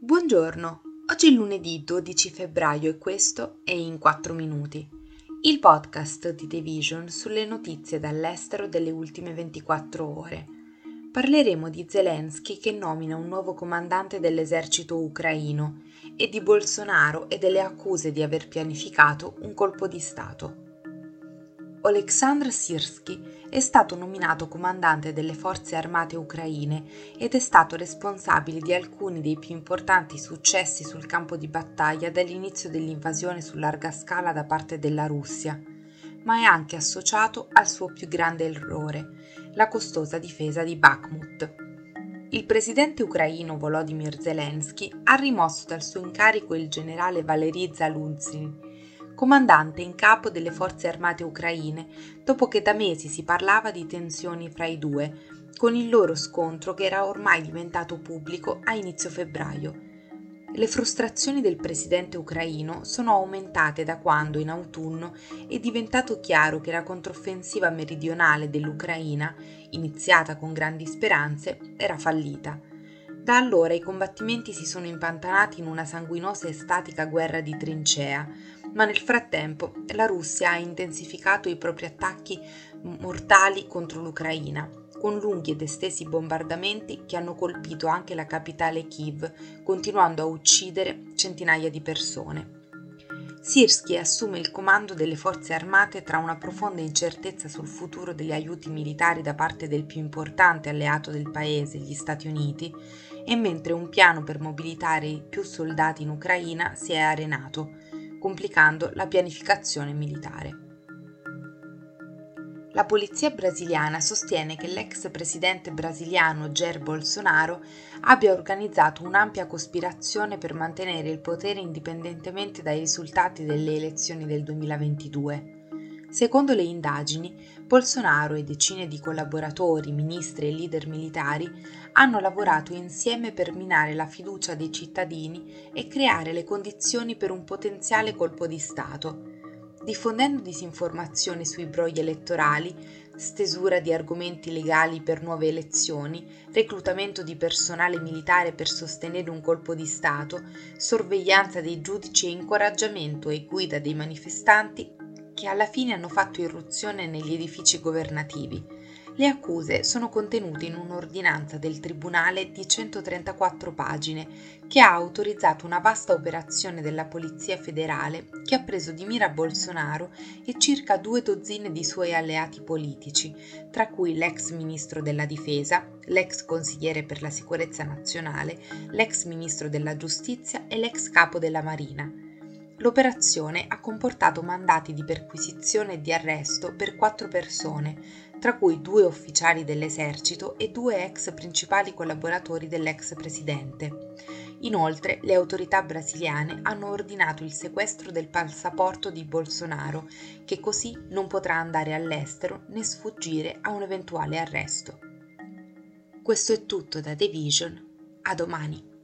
Buongiorno, oggi è lunedì 12 febbraio e questo è In 4 Minuti, il podcast di The Vision sulle notizie dall'estero delle ultime 24 ore. Parleremo di Zelensky che nomina un nuovo comandante dell'esercito ucraino e di Bolsonaro e delle accuse di aver pianificato un colpo di Stato. Oleksandr Syrskyi è stato nominato comandante delle forze armate ucraine ed è stato responsabile di alcuni dei più importanti successi sul campo di battaglia dall'inizio dell'invasione su larga scala da parte della Russia, ma è anche associato al suo più grande errore, la costosa difesa di Bakhmut. Il presidente ucraino Volodymyr Zelensky ha rimosso dal suo incarico il generale Valery Zaluzhnyi, comandante in capo delle forze armate ucraine, dopo che da mesi si parlava di tensioni fra i due, con il loro scontro che era ormai diventato pubblico a inizio febbraio. Le frustrazioni del presidente ucraino sono aumentate da quando in autunno è diventato chiaro che la controffensiva meridionale dell'Ucraina, iniziata con grandi speranze, era fallita. Da allora i combattimenti si sono impantanati in una sanguinosa e statica guerra di trincea, ma nel frattempo la Russia ha intensificato i propri attacchi mortali contro l'Ucraina, con lunghi ed estesi bombardamenti che hanno colpito anche la capitale Kyiv, continuando a uccidere centinaia di persone. Syrskyi assume il comando delle forze armate tra una profonda incertezza sul futuro degli aiuti militari da parte del più importante alleato del paese, gli Stati Uniti, e mentre un piano per mobilitare più soldati in Ucraina si è arenato, complicando la pianificazione militare. La polizia brasiliana sostiene che l'ex presidente brasiliano Jair Bolsonaro abbia organizzato un'ampia cospirazione per mantenere il potere indipendentemente dai risultati delle elezioni del 2022. Secondo le indagini, Bolsonaro e decine di collaboratori, ministri e leader militari hanno lavorato insieme per minare la fiducia dei cittadini e creare le condizioni per un potenziale colpo di Stato, diffondendo disinformazione sui brogli elettorali, stesura di argomenti legali per nuove elezioni, reclutamento di personale militare per sostenere un colpo di Stato, sorveglianza dei giudici e incoraggiamento e guida dei manifestanti che alla fine hanno fatto irruzione negli edifici governativi. Le accuse sono contenute in un'ordinanza del Tribunale di 134 pagine che ha autorizzato una vasta operazione della Polizia federale che ha preso di mira Bolsonaro e circa 2 dozzine di suoi alleati politici, tra cui l'ex ministro della Difesa, l'ex consigliere per la sicurezza nazionale, l'ex ministro della Giustizia e l'ex capo della Marina. L'operazione ha comportato mandati di perquisizione e di arresto per 4 persone, tra cui 2 ufficiali dell'esercito e 2 ex principali collaboratori dell'ex presidente. Inoltre, le autorità brasiliane hanno ordinato il sequestro del passaporto di Bolsonaro, che così non potrà andare all'estero né sfuggire a un eventuale arresto. Questo è tutto da The Vision. A domani.